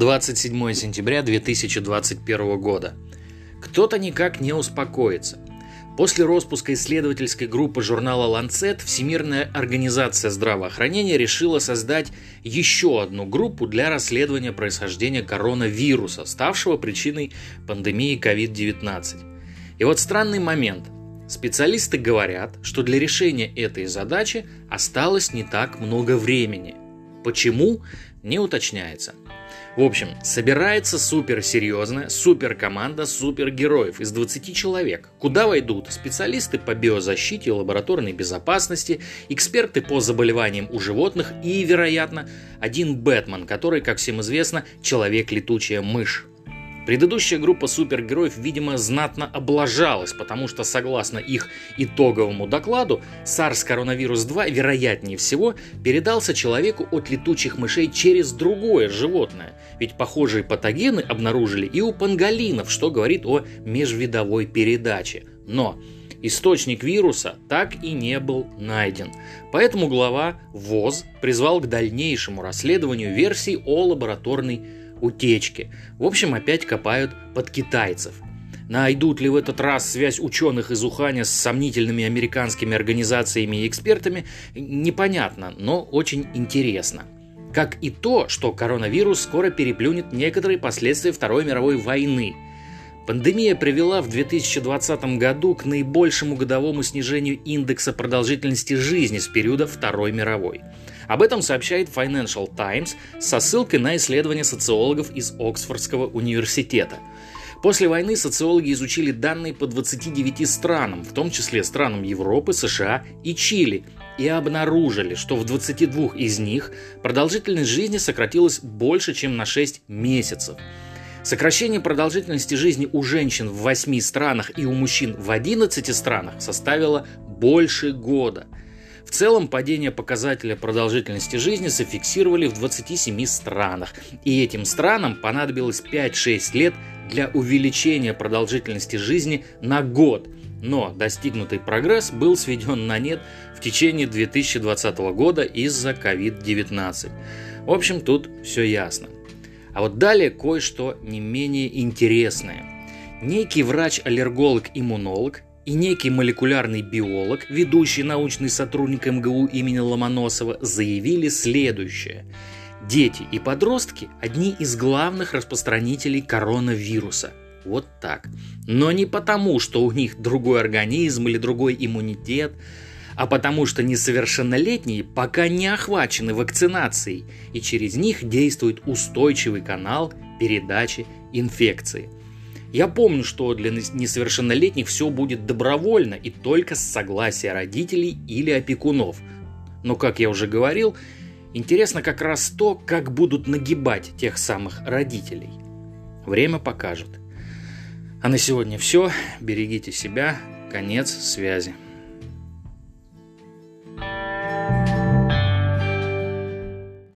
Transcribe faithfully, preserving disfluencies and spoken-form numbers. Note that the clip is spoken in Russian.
двадцать седьмое сентября две тысячи двадцать первого года. Кто-то никак не успокоится. После распуска исследовательской группы журнала Lancet Всемирная организация здравоохранения решила создать еще одну группу для расследования происхождения коронавируса, ставшего причиной пандемии ковид девятнадцать. И вот странный момент. Специалисты говорят, что для решения этой задачи осталось не так много времени. Почему? Не уточняется. В общем, собирается суперсерьезная суперкоманда супергероев из двадцати человек, куда войдут специалисты по биозащите и лабораторной безопасности, эксперты по заболеваниям у животных и, вероятно, один Бэтмен, который, как всем известно, человек-летучая мышь. Предыдущая группа супергероев, видимо, знатно облажалась, потому что, согласно их итоговому докладу, SARS-коронавирус два, вероятнее всего, передался человеку от летучих мышей через другое животное, ведь похожие патогены обнаружили и у панголинов, что говорит о межвидовой передаче. Но источник вируса так и не был найден, поэтому глава ВОЗ призвал к дальнейшему расследованию версий о лабораторной утечки. В общем, опять копают под китайцев. Найдут ли в этот раз связь ученых из Уханя с сомнительными американскими организациями и экспертами, непонятно, но очень интересно. Как и то, что коронавирус скоро переплюнет некоторые последствия Второй мировой войны. Пандемия привела в две тысячи двадцатом году к наибольшему годовому снижению индекса продолжительности жизни с периода Второй мировой. Об этом сообщает Financial Times со ссылкой на исследования социологов из Оксфордского университета. После войны социологи изучили данные по двадцати девяти странам, в том числе странам Европы, США и Чили, и обнаружили, что в двадцати двух из них продолжительность жизни сократилась больше, чем на шесть месяцев. Сокращение продолжительности жизни у женщин в восьми странах и у мужчин в одиннадцати странах составило больше года. В целом, падение показателя продолжительности жизни зафиксировали в двадцати семи странах, и этим странам понадобилось пять-шесть лет для увеличения продолжительности жизни на год, но достигнутый прогресс был сведен на нет в течение две тысячи двадцатого года из-за ковид девятнадцать. В общем, тут все ясно. А вот далее кое-что не менее интересное. Некий врач-аллерголог-иммунолог и некий молекулярный биолог, ведущий научный сотрудник эм гэ у имени Ломоносова, заявили следующее. Дети и подростки – одни из главных распространителей коронавируса. Вот так. Но не потому, что у них другой организм или другой иммунитет, а потому что несовершеннолетние пока не охвачены вакцинацией, и через них действует устойчивый канал передачи инфекции. Я помню, что для несовершеннолетних все будет добровольно и только с согласия родителей или опекунов. Но, как я уже говорил, интересно как раз то, как будут нагибать тех самых родителей. Время покажет. А на сегодня все. Берегите себя. Конец связи.